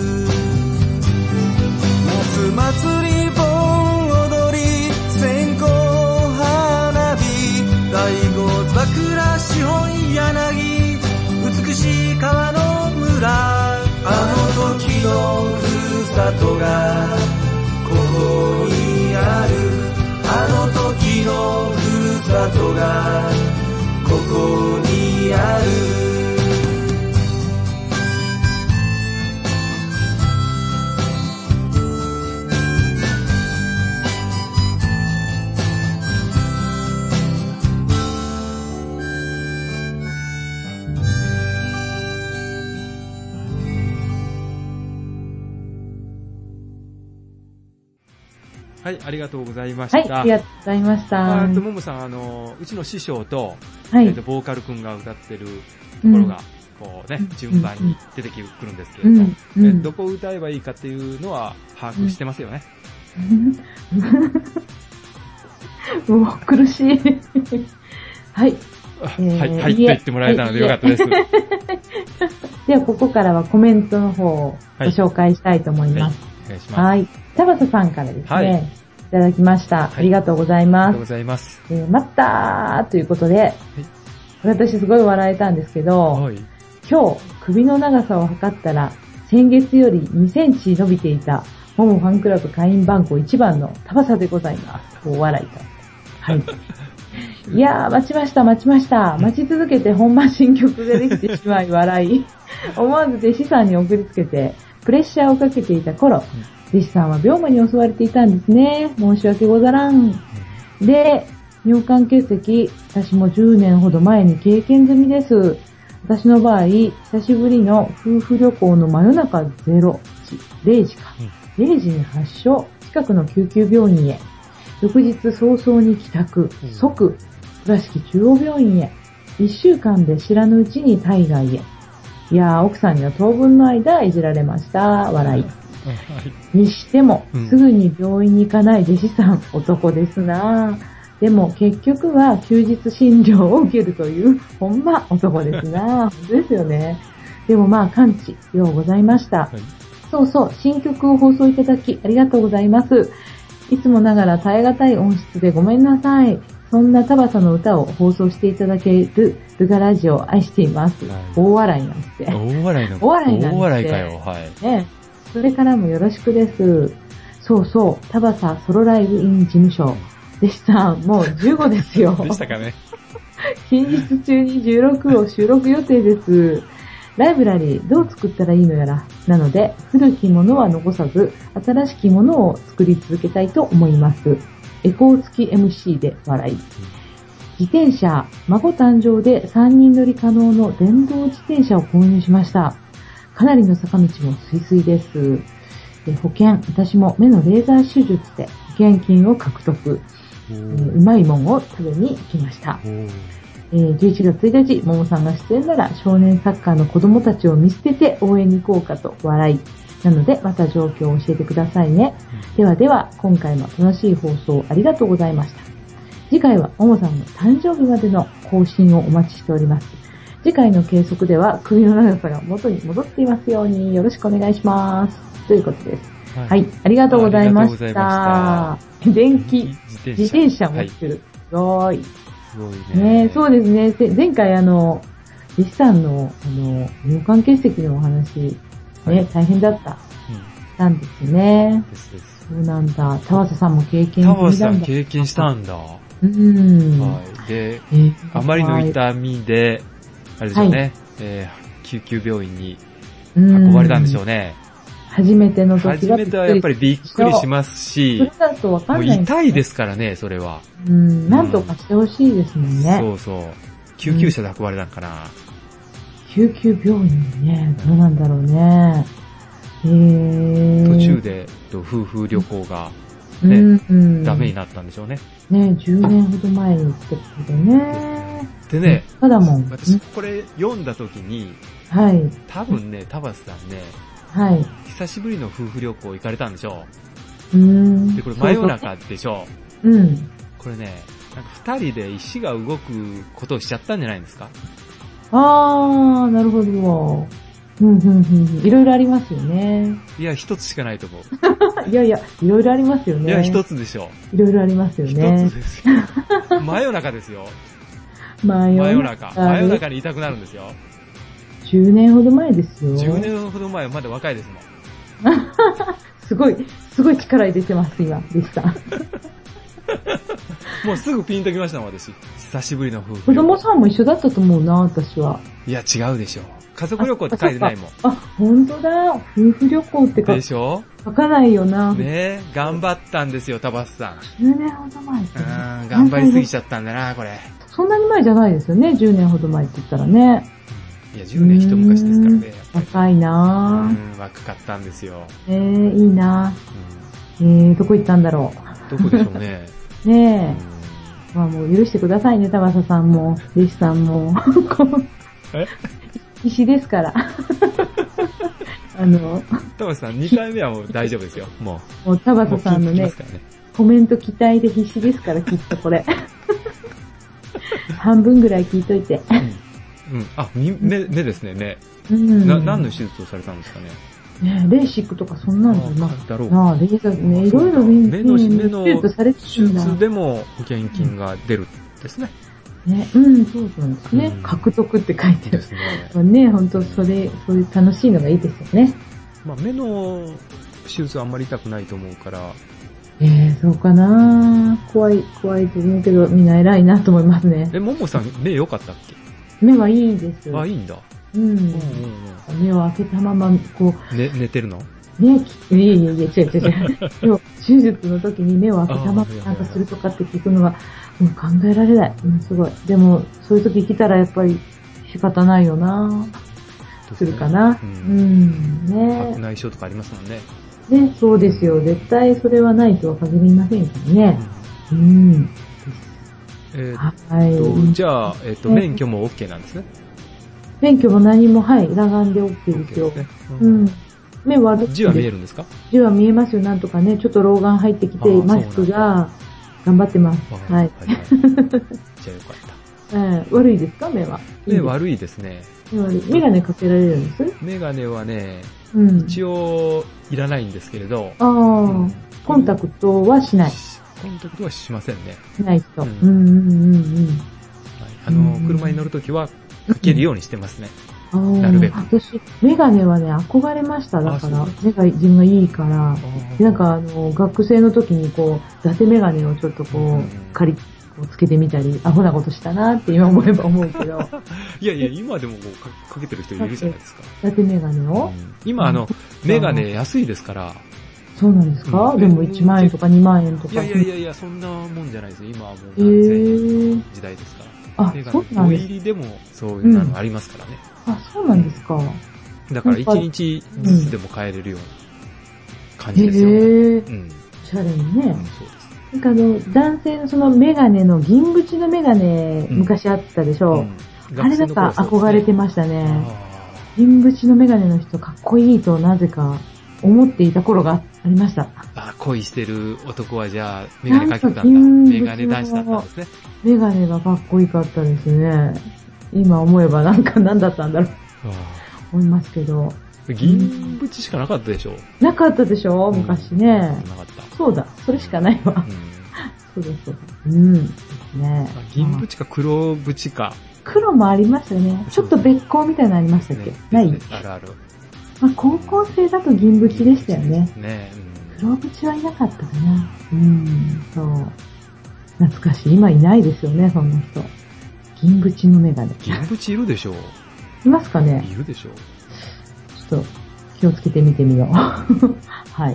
夏祭り盆踊り線香花火、醍醐桜四本柳、美しい川の村、あの時のふるさとがここにある。あの時のふるさとがここにある。 はい、ありがとうございました。 はい、ありがとうございました。 あと、ももさん、あの、うちの師匠と、はい、えっと、ボーカルくんが歌ってるところが、うん、こうね、順番に出てくるんですけれども、うんうん、どこを歌えばいいかっていうのは把握してますよね。 うん、もう苦しい。はい。 えー、はい、はいって言ってもらえたのでよかったです。 では、ここからはコメントの方をご紹介したいと思います。 はい、お願いします。 はい。田畑さんからですね、はい、いただきました、はい。ありがとうございます。ありがとうございます。 えー、待ったーということで、はい、私すごい笑えたんですけど、はい、今日首の長さを測ったら先月よりにセンチ伸びていたモモファンクラブ会員番号いちばんの田畑でございます。お笑いと。はい。いやー、待ちました待ちました。待ち続けて本番新曲ができてしまい笑い。思わず弟子さんに送りつけてプレッシャーをかけていた頃、弟子さんは病魔に襲われていたんですね。申し訳ござらん。で、尿管結石、私もじゅうねんほど前に経験済みです。私の場合、久しぶりの夫婦旅行の真夜中ゼロじ、れいじか。れいじに発症、近くの救急病院へ。翌日早々に帰宅、即、倉敷中央病院へ。いっしゅうかんで知らぬうちに体外へ。いやー、奥さんには当分の間いじられました。笑い。にしても、すぐに病院に行かない弟子さん、男ですな。でも結局は休日診療を受けるという、ほんま男ですな。本当ですよね。でもまあ、完治、ようございました。はい、そうそう、新曲を放送いただき、ありがとうございます。いつもながら耐え難い音質でごめんなさい。そんな田畑の歌を放送していただけるルガラジオを愛しています。はい、大笑いなんて。 大笑いの大笑いなんて。 大笑いかよ、はい。 ね。それからもよろしくです。そうそう、田畑ソロライブイン事務所。弟子さん、もうじゅうごですよ。 でしたかね。 近日中にじゅうろくを収録予定です。ライブラリーどう作ったらいいのやら。なので、古きものは残さず、新しきものを作り続けたいと思います。エコー付き エムシー で笑い。自転車、孫誕生でさんにん乗り可能の電動自転車を購入しました。かなりの坂道もスイスイです。で保険、私も目のレーザー手術で保険金を獲得。えー、うまいもんを食べに行きました。えー、じゅういちがつついたち、ももさんが出演なら少年サッカーの子供たちを見捨てて応援に行こうかと笑い。なので、また状況を教えてくださいね。うん、ではでは、今回も楽しい放送ありがとうございました。次回はももさんの誕生日までの更新をお待ちしております。次回の計測では首の長さが元に戻っていますようによろしくお願いします。ということです。はい。はい、ありがとうございました。電気自転車持ってる。 ごい。 すごいね。 ね、そうですね。前回あの、リスさんの、あの、尿管結石のお話、ね、はい、大変だった。うん、なんですね。ですです。そうなんだ。田畑さんも経験したんだ。 田畑さん経験したんだ。 うん。 はい。で、えー、あまりの痛みで、あれですよね、はい、えー、救急病院に運ばれたんでしょうね。 初めての時は初めてはやっぱりびっくりしますし、 それだとわかんない。 もう痛いですからね、それは。 うん、なんとかしてほしいですもんね。 そうそう。救急車で運ばれたんかな。 救急病院ね、どうなんだろうね。へー。 途中で夫婦旅行がね、うんうん、ダメになったんでしょうね。 ね、じゅうねんほど前にってことでね。 でね、 ただもん。 私これ読んだ時に、 はい。 多分ね、田畑さんね、 はい。 久しぶりの夫婦旅行行かれたんでしょう。うーん。 で、これ真夜中でしょう。うん。 これね、なんか二人で石が動くことをしちゃったんじゃないんですか？ あー、なるほど。うん、うん、うん。いろいろありますよね。 いや、一つしかないと思う。 いやいや、いろいろありますよね。 いや、一つでしょ。 いろいろありますよね。 一つですよ。真夜中ですよ。 真夜中。真夜中に痛くなるんですよ。 じゅうねんほど前ですよ。 じゅうねんほど前はまだ若いですもん。 すごい、すごい力入れてます、今、でした。 もうすぐピンときましたもん、私。久しぶりの夫婦。 子供さんも一緒だったと思うな、私は。 いや、違うでしょ。家族旅行って書いてないもん。 あ、ほんとだ。夫婦旅行って書でしょ？ 書かないよな。 ねえ、頑張ったんですよ、田畑さん。 じゅうねんほど前って。 うん、頑張りすぎちゃったんだな、これ。 そんなに前じゃないですよね、じゅうねんほど前って言ったらね。 いや、じゅうねん一昔ですからね。 若いなぁ。うん、若かったんですよ。 えー、いいなぁ。うん、えー、どこ行ったんだろう。どこでしょうね。 ねえ。まあもう許してくださいね、田畑さんも、弟子さんも。 え石ですから。あの、 田畑さんにかいめはもう大丈夫ですよ、もう。もう田畑さんのね、ねコメント期待で必死ですから、きっとこれ。半分ぐらい聞いといて。 うん。うん、あ、目、目ですね、目。うん。な、何の手術をされたんですかね。 ねレーシックとかそんなんじゃなかだろう。 ああ、レーザーね、いろいろ目の、目の手術でも保険金が出るですね。 ね、うん、そうなんですね。うん、獲得って書いてる。ですね。ね、本当それ、そういう楽しいのがいいですよね。 まあ、目の手術はあんまり痛くないと思うから。 ええー、そうかな怖い、怖いと思うけど、みんな偉いなと思いますね。 え、ももさん、目良かったっけ？ 目はいいです。 あ、いいんだ。 うん。うんうんうん、目を開けたまま、こう。ね、寝てるの？ ね、いやいやいや、違う違う違う。でも、手術の時に目を開けたままなんかするとかって聞くのは、もう考えられない。うん、すごい。でも、そういう時来たらやっぱり仕方ないよなするかな。うん。うん、ね。 白内障とかありますもんね。 ね、そうですよ。絶対それはないとは限りませんからね。うん。うん、 えー、っと、はい、じゃあ、えー、っと、免許も OK なんですね。 免許も何も、はい、裸眼で OK ですよ。OK ですね。うん。うん、目は字は見えるんですか？ 字は見えますよ、なんとかね。ちょっと老眼入ってきて、マスクが頑張ってます。はい。はいはい、じゃあよかった。うん、悪いですか、目は。 目悪いですね。 目悪い。メガネかけられるんです？ メガネはね、うん、一応いらないんですけれど。 ああ、うん、コンタクトはしない。 コンタクトはしませんね。 しない人。うん、うん、うんうんうん。 あの、車に乗るときはかけるようにしてますね。なるべく。 私、メガネはね、憧れました。だから、目が自分がいいから、なんかあの、学生の時にこう、伊達メガネをちょっとこう、うん、借り、こうつけてみたり、アホなことしたなって今思えば思うけど。 いやいや、今でもこうか、かけてる人いるじゃないですか。 伊達メガネを、うん、 今あの、メガネ安いですから。 そうなんですか、うん、でもいちまんえんとかにまんえんとか。 いやいやいやいや、そんなもんじゃないですよ。今はもう何千円の時代ですから。 あ、そうなんですか。 お入りでもそういうのありますからね。 うん、あ、そうなんですか。 だから一日ずつでも帰れるような感じですよね。へぇー。うん。おしゃれにね。うん、そうです。なんかあの、男性のそのメガネの銀縁のメガネ、うん、昔あったでしょ。うん、あれなんか憧れてましたね。銀縁のメガネの人かっこいいとなぜか思っていた頃がありました。 あ、恋してる男はじゃあメガネかけてたんだ。メガネ男子だったんですね。 メガネがかっこいいかったですね。今思えばなんか何だったんだろう。思いますけど。 銀縁しかなかったでしょ？ なかったでしょ昔ね。 うん、なかった。 そうだ、それしかないわ。うん、 そうですそうです。うん。ですね。 銀縁か黒縁か。 黒もありましたよね。ちょっと別光みたいなのありましたっけ、ね、ない、ね、 あるある。 まあ、高校生だと銀縁でしたよね。 ね、 うん、黒縁はいなかったかな。うん、そう。懐かしい。今いないですよね、そんな人。銀縁のメガネ。 銀縁いるでしょう。 いますかね。 いるでしょう。 ちょっと気をつけてみてみよう。はい。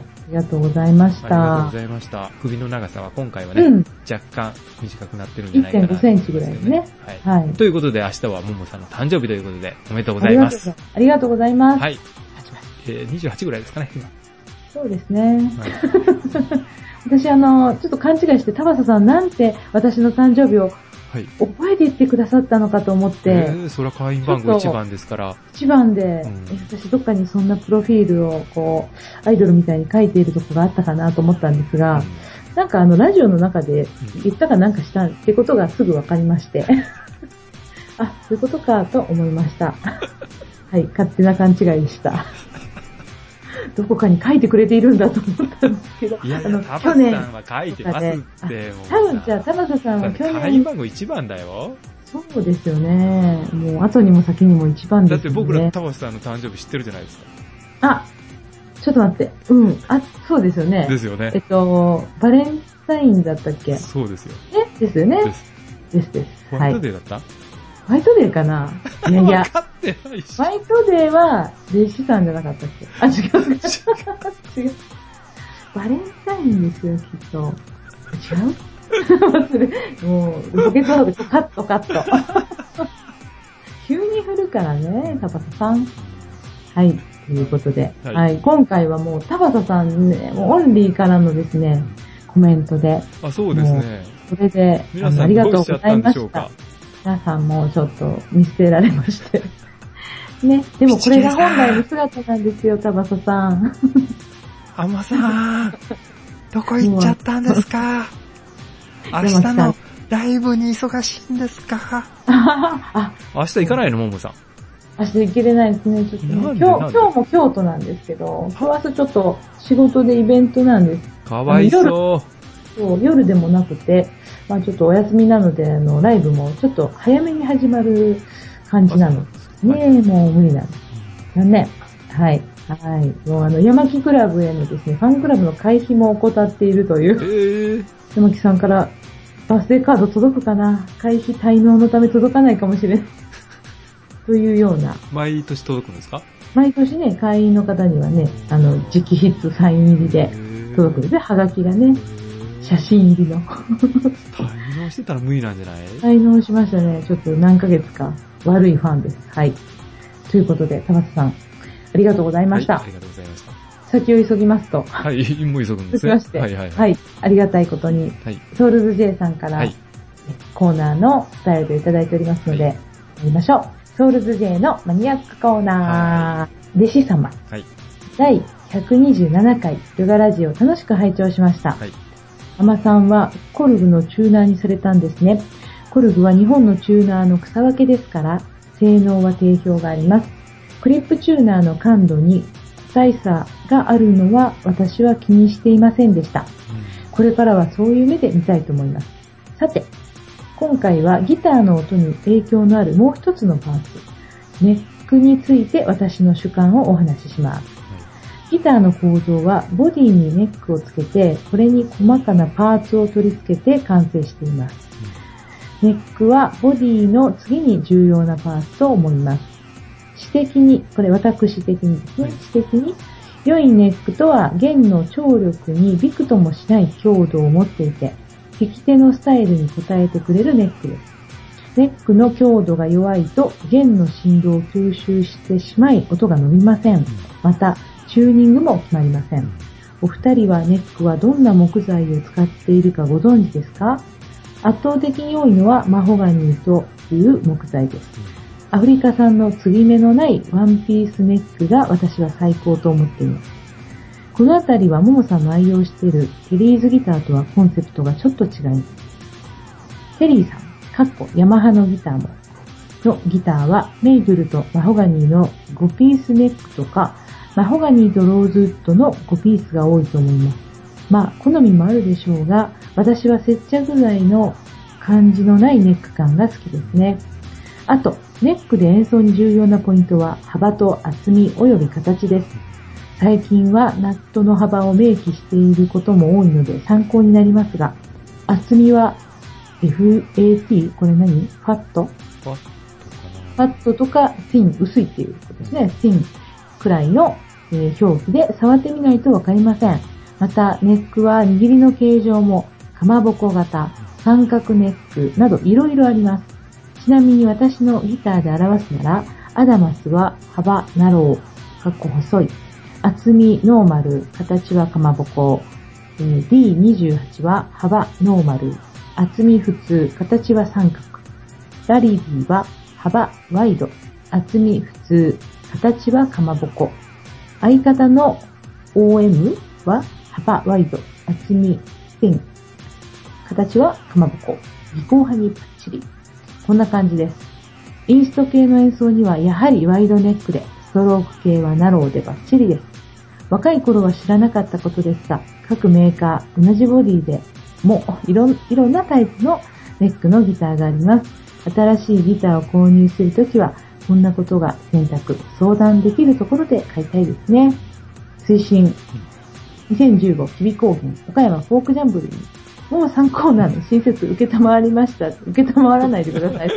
ありがとうございました。ありがとうございました。首の長さは今回はね、うん、若干短くなってるんじゃないかな、ね。 いってんごセンチぐらいですね。 はい。はい。ということで明日はももさんの誕生日ということでおめでとうございます。 ありがとうございます。 はい。えー、にじゅうはちぐらいですかね、今。 そうですね。はい、私あの、ちょっと勘違いして、田畑さんなんて私の誕生日をはい、覚えていってくださったのかと思って。 えー、それは会員番号いちばんですから。 いちばんで、うん、私どっかにそんなプロフィールをこう、アイドルみたいに書いているとこがあったかなと思ったんですが、うん、なんかあの、ラジオの中で言ったかなんかしたってことがすぐ分かりまして。あ、そういうことかと思いました。はい、勝手な勘違いでした。どこかに書いてくれているんだと思ったんですけど。 いやいや、タバサさんは書いてますって、もう。 多分じゃあ、タバサさんは去年。 会員番号いちばんだよ。 そうですよね。もう、後にも先にもいちばんですよね。 だって僕らタバサさんの誕生日知ってるじゃないですか。 あ、ちょっと待って。うん。あ、そうですよね。 ですよね。 えっと、バレンタインだったっけ？ そうですよ。 ね、ですよね。 です。 ですです。 ホワイトデーだった？はい、 ホワイトデーかないやいや。 分かってないし。 ホワイトデーは、弟子さんじゃなかったっけ？あ、違う。違う。バレンタインですよ、きっと。違うもう、ボケそうで、カットカット。急に振るからね、田畑さん。はい、ということで。はい。はい、今回はもう、田畑さんね、もうオンリーからのですね、コメントで。 あ、そうですね。 それで、 皆さんありがとうございました。 皆さんもちょっと見捨てられまして。ね、でもこれが本来の姿なんですよ、田畑さん。 あまさん、どこ行っちゃったんですか？明日のライブに忙しいんですか？あ、明日行かないの、ももさん。 明日行けれないですね、ちょっと、ね。今日、今日も京都なんですけど、今日明日ちょっと仕事でイベントなんです。 かわいそう。 そう、夜でもなくて、まあちょっとお休みなので、あの、ライブもちょっと早めに始まる感じなの。ねえ、もう無理なんです。残念。はい。はい。もうあの、山木クラブへのですね、ファンクラブの会費も怠っているという。えー、山木さんからバースデーカード届くかな？会費滞納のため届かないかもしれない。というような。 毎年届くんですか？ 毎年ね、会員の方にはね、あの、直筆サイン入りで届くんですね。はがきがね。写真入りの。 滞納してたら無理なんじゃない？ 滞納しましたね。ちょっと何ヶ月か悪いファンです。はい。ということで、田畑さん、ありがとうございました。はい、 ありがとうございました。 先を急ぎますと。 はい、もう急ぐんですね。 続きまして、はいはいはい。はい。ありがたいことに、はい、ソウルズ J さんから、はい、コーナーのスタイルをいただいておりますので、はい、やりましょう。ソウルズ J のマニアックコーナー、はい、弟子様。はい。だいひゃくにじゅうななかい、ヨガラジオ楽しく拝聴しました。はい。アマさんはコルグのチューナーにされたんですね。コルグは日本のチューナーの草分けですから、性能は定評があります。クリップチューナーの感度に個体差があるのは私は気にしていませんでした。これからはそういう目で見たいと思います。さて、今回はギターの音に影響のあるもう一つのパーツ、ネックについて私の主観をお話しします。ギターの構造はボディにネックをつけて、これに細かなパーツを取り付けて完成しています。ネックはボディの次に重要なパーツと思います。私的に、これ私的にですね、私的に、良いネックとは弦の張力にびくともしない強度を持っていて、弾き手のスタイルに応えてくれるネックです。ネックの強度が弱いと弦の振動を吸収してしまい音が伸びません。また、チューニングも決まりません。お二人はネックはどんな木材を使っているかご存知ですか？圧倒的に多いのはマホガニーという木材です。アフリカ産の継ぎ目のないワンピースネックが私は最高と思っています。このあたりはモモさんの愛用しているテリーズギターとはコンセプトがちょっと違います。テリーさん、かっこヤマハのギターものギターはメイブルとマホガニーのごピースネックとかマホガニーとローズウッドのごピースが多いと思います。 まあ、好みもあるでしょうが、私は接着剤の感じのないネック感が好きですね。あと、ネックで演奏に重要なポイントは幅と厚み及び形です。最近はナットの幅を明記していることも多いので参考になりますが、厚みは エフエーティー? これ何？ファット？ ファットかな？ ファットとかティン、薄いっていうことですね。ティンくらいの、えー、表記で触ってみないとわかりません。また、ネックは握りの形状もかまぼこ型、三角ネックなどいろいろあります。ちなみに私のギターで表すなら、アダマスは幅ナロー、かっこ細い。厚みノーマル、形はかまぼこ。ディーにじゅうはち は幅ノーマル、厚み普通、形は三角。ラリビーは幅ワイド、厚み普通、形はかまぼこ。相方の オーエム は幅ワイド、厚みスピン、形はかまぼこ。技巧派にパッチリ。こんな感じです。インスト系の演奏にはやはりワイドネックで、ストローク系はナローでバッチリです。若い頃は知らなかったことですが、各メーカー、同じボディでもいろ、いろんなタイプのネックのギターがあります。新しいギターを購入するときは、こんなことが選択、相談できるところで買いたいですね。推進。にせんじゅうご、吉備高原、岡山フォークジャンブルに、もう参考なの親切受けたまわりました。受けたまわらないでください。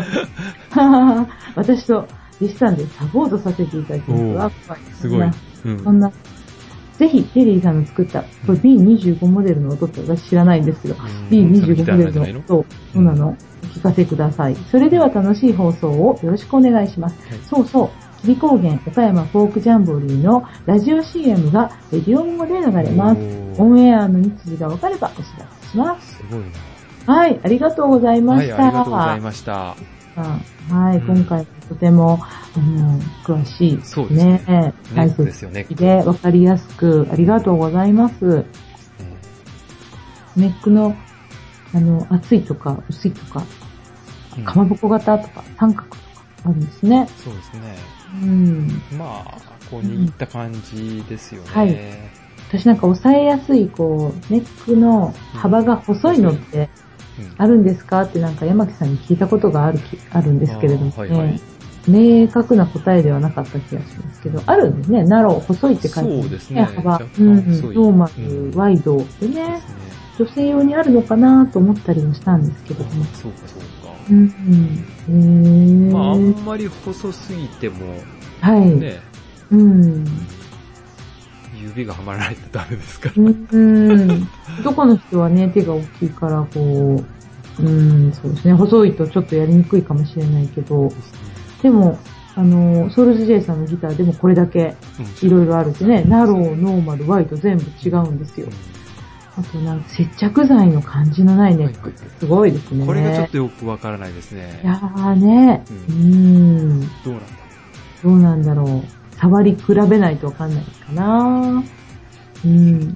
私と実際でサポートさせていただきます。 すごい。 うん、そんな、ぜひ、テリーさんの作った、これ ビーにじゅうご モデルの音って私知らないんですけど、ビーにじゅうご モデルの音、そうなの、お聞かせください。それでは楽しい放送をよろしくお願いします。はい、そうそう、吉備高原岡山フォークジャンボリーのラジオ シーエム がレディオン語で流れます。オンエアの日時が分かればお知らせします。 すごいな。はい、ありがとうございました。 はい、ありがとうございました。 はい、うん、今回とても、あの、詳しい、ね。 そうですね。 解説で分かりやすく、ありがとうございます。うん、ネックの、あの、厚いとか薄いとか、うん、かまぼこ型とか三角とかあるんですね。 そうですね。 うん。 まあ、こう握った感じですよね。 うん、はい。私なんか押さえやすい、こう、ネックの幅が細いのって、あるんですかってなんか山木さんに聞いたことがあるき、あるんですけれどもね、はいはい、明確な答えではなかった気がしますけど、あるんですね。ナロー、細いって書いてある。 そうですね。 幅、うん、ノーマル、うん、ワイドでね、女性用にあるのかなと思ったりもしたんですけども。 そうかそうか。 うん、うん。 まああんまり細すぎても、 はい。 ね、 うん。 指がはまらないとダメですから。 うん。男の人はね、手が大きいから、こう、うん、そうですね。細いとちょっとやりにくいかもしれないけど、でも、あの、ソウルズ J さんのギターでもこれだけいろいろあるってね、ナロー、ノーマル、ワイド全部違うんですよ。あとなんか接着剤の感じのないネックってすごいですね。 これがちょっとよくわからないですね。 いやーね、うん、うん。 どうなんだどうなんだろう。触り比べないとわかんないかな。うん。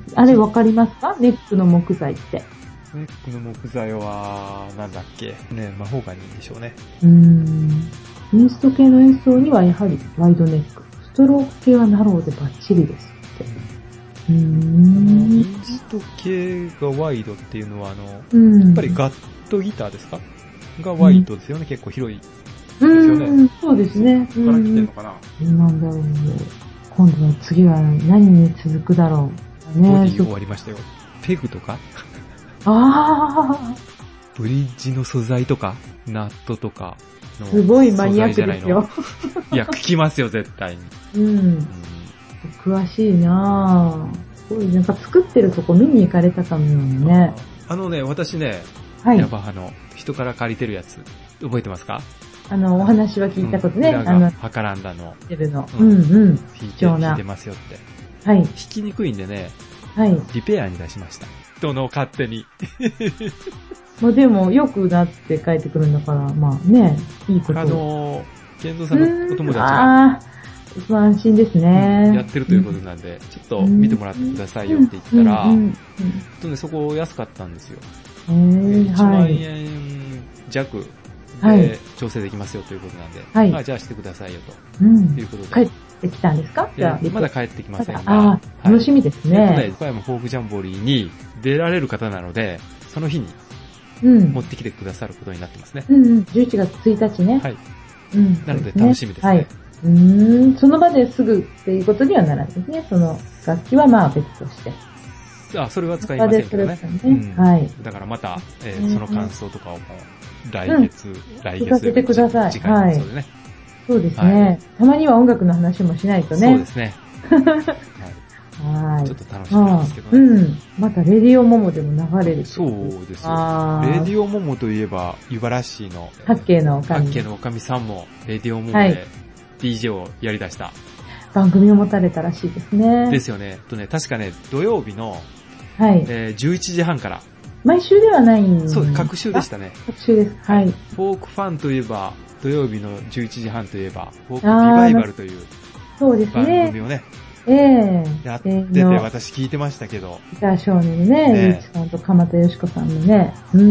あれわかりますか？ネックの木材って。 ネックの木材は、なんだっけね、マホガニーでしょうね。 うーん。インスト系の演奏にはやはりワイドネック。ストローク系はナローでバッチリですって。うーん。 インスト系がワイドっていうのは、あの、うん、やっぱりガットギターですかがワイドですよね、うん、結構広い。 ですよね。うん、そうですね。 そこから来てるのかな、 うん、なんだろう。今度は次は何に続くだろう。 ね、ボディ終わりましたよ。ペグとかああ。 ブリッジの素材とか、ナットとかのすごいマニアックですよ。 いや、聞きますよ、絶対に。 うん。うん、詳しいなぁ。すごい、なんか作ってるとこ見に行かれたかのようなね。 あのね、私ね、はい、ヤバハの人から借りてるやつ、覚えてますか？ あの、お話は聞いたことね。 うん、あの、ハカランダの。 てるの。うんうん。 弾いて、弾いてますよって。 はい。 弾きにくいんでね。 はい。 リペアに出しました。人の勝手に。 まあでも、よくなって帰ってくるんだから、まあね、いいこと。 あの、ケンドさんのお友達が。 ああ、安心ですね、 うん。やってるということなんで、うん、ちょっと見てもらってくださいよって言ったら、うんうんうん、とね、そこ安かったんですよ。 えー、 いちまんえん弱。はい、調整できますよということなんで、はい、あじゃあしてくださいよと、うん、いうことで、 帰っってきたんですか？じゃあ、 まだ帰ってきませんが。 ああ、楽しみですね。 はい、ね、岡山フォークジャンボリーに出られる方なので、その日に持ってきてくださることになってますね。 うん、うん、じゅういちがつついたちね。 はい。うん。なので楽しみですね。 はい。うーん、その場ですぐっていうことにはならないですね。その楽器はまあ別として。 あ、それは使いませんけどね。ね、 うん、はい。 だからまた、えー、その感想とかをもう来月、うん、来月聞かせてください。 次回の放送でね。 そうですね、はい。たまには音楽の話もしないとね。 そうですね。はい。ちょっと楽しみなんですけどね。 うん。また、レディオモモでも流れる。 そうですよ。レディオモモといえば、茨城の、 八景のおかみ。 八景のおかみさんも、レディオモモで ディージェー をやり出した、はい。 番組を持たれたらしいですね。 ですよね。とね、確かね、土曜日の、 はい。 えー、じゅういちじはんから。 毎週ではないんですか？ そう、各週でしたね。 各週です。はい。フォークファンといえば、土曜日のじゅういちじはんといえば、フォークリバイバルというそうですね。 番組をね、 ええー、 やってて、私聞いてましたけど。 ギター少年のね、ゆういちさんと鎌田よしこさんのね、うん。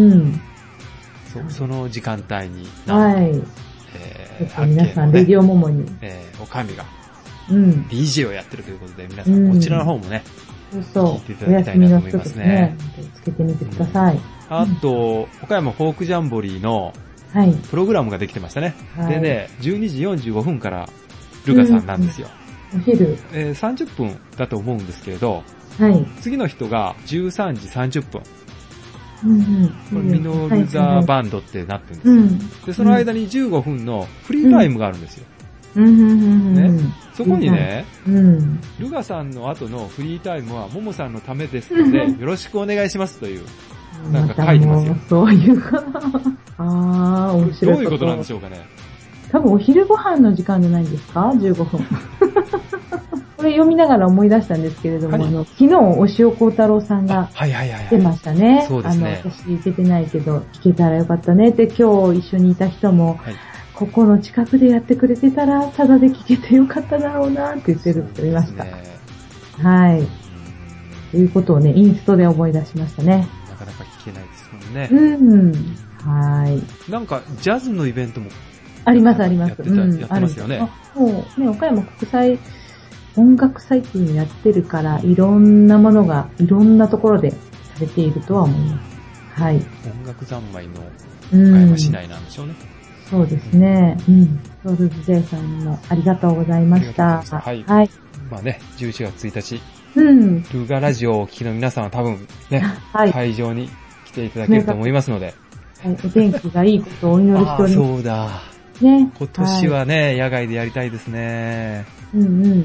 そ, その時間帯に、 はい。えー、皆さん、ね、レディオモモに。 えー、おかみが、 うん。 ディージェー をやってるということで、皆さん、こちらの方もね、 そうそう。 聞いていただきたいなと思いますね。 つけてみてください。うん、 あと、岡山フォークジャンボリーの、 はい。 プログラムができてましたね。はい、でね、じゅうにじよんじゅうごふんからルカさんなんですよ。 うん、お昼、 えー。さんじゅっぷんだと思うんですけれど、 はい。 次の人がじゅうさんじさんじゅっぷん。 うんうん、 これミノルザバンドってなってるんですよ、うん。で、その間にじゅうごふんのフリータイムがあるんですよ。 うん、 ね、そこにね、 うん、 ルガさんの後のフリータイムはモモさんのためですので、よろしくお願いしますという。なんか書いてますよ。 ま、そういうかな。ああ、面白い。 どういうことなんでしょうかね。 多分お昼ご飯の時間じゃないんですか ?じゅうごふん。これ読みながら思い出したんですけれども、はい、あの昨日、お塩幸太郎さんが出ましたね。はいはいはいはい、 そうですね。 あの、私行けてないけど、聞けたらよかったねって今日一緒にいた人も、はい、ここの近くでやってくれてたら、ただで聞けてよかっただろうなって言ってる人いました。ね、はい。ということをね、インストで思い出しましたね。 なかなか聞けないですもんね。 うん。はい。 なんか、ジャズのイベントもあります、あります。 やってた、うん、やってますよね。 もう、ね、岡山国際音楽祭っていうのやってるから、いろんなものが、いろんなところでされているとは思います。はい。 音楽三昧の岡山市内なんでしょうね。 うん、そうですね。うん。ソウルズ J さんもありがとうございました。 はい。 はい。 まあね、じゅういちがつついたち。 うん。 ルガラジオをお聞きの皆さんは多分ね、はい、会場に来ていただけると思いますので。 はい、お天気がいいことをお祈りしております。 そうだ。 ね。 今年はね、はい、野外でやりたいですね。 うんうん。うん、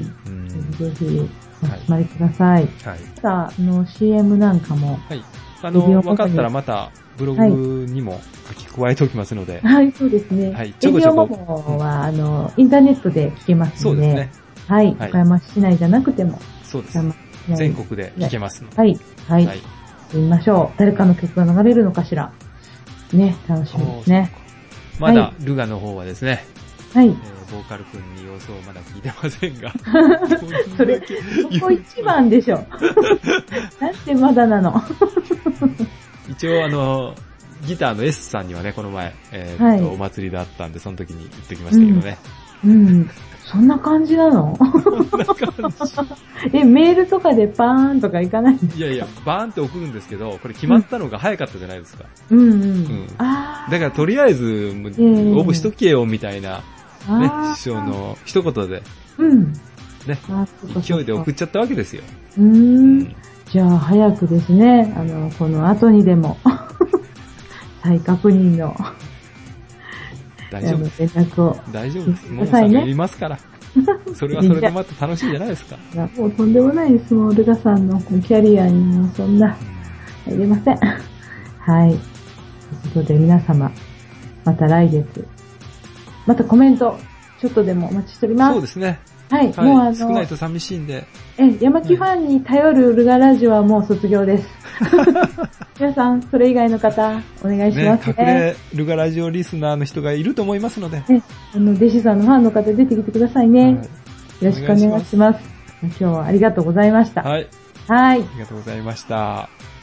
ぜひ、お集まりください。はい。さあ、あの、シーエム なんかも。 はい。あの、分かったらまた、ブログにも書き加えておきますので。 はい、そうですね。はい、ちょこちょこ。レディオモモは、あの、インターネットで聞けますので。そうですね。はい。岡山市内じゃなくても。 そうです。全国で聴けますので。 はい。はい。はい。見ましょう。誰かの曲が流れるのかしら。ね、楽しみですね。 まだ、ルガの方はですね。 はい。 えー、ボーカル君に様子をまだ聞いてませんが。 それ、そこ一番でしょ。なんでまだなの。 一応あの、ギターの S さんにはね、この前、えー、っと、はい、お祭りだったんで、その時に言ってきましたけどね。 うん。うんそんな感じなのそんな感じ。え、メールとかでバーンとかいかないんですか？ いやいや、バーンって送るんですけど、これ決まったのが早かったじゃないですか。 うんうん。うん、 あだからとりあえず、応募しとけよ、みたいな、ね、師匠の一言で、 うん。 ね、勢いで送っちゃったわけですよ。 うーん。うん、じゃあ、早くですね、あの、この後にでも、再確認の、 大丈夫です。 連絡を。 大丈夫です。ももさんがいりますから。それはそれでまた楽しいじゃないですか。 いや、もうとんでもないです。もう、ルガさんのキャリアにもそんな、入れません。はい。ということで皆様、また来月、またコメント、ちょっとでもお待ちしております。 そうですね。 はい。 はい、もうあの、少ないと寂しいんで。 え、山木ファンに頼るルガラジオはもう卒業です。皆さん、それ以外の方、お願いしますね。 ね、隠れルガラジオリスナーの人がいると思いますので。 ね、あの、弟子さんのファンの方出てきてくださいね。はい、よろしくお願いします。今日はありがとうございました。 はい。 はい。 ありがとうございました。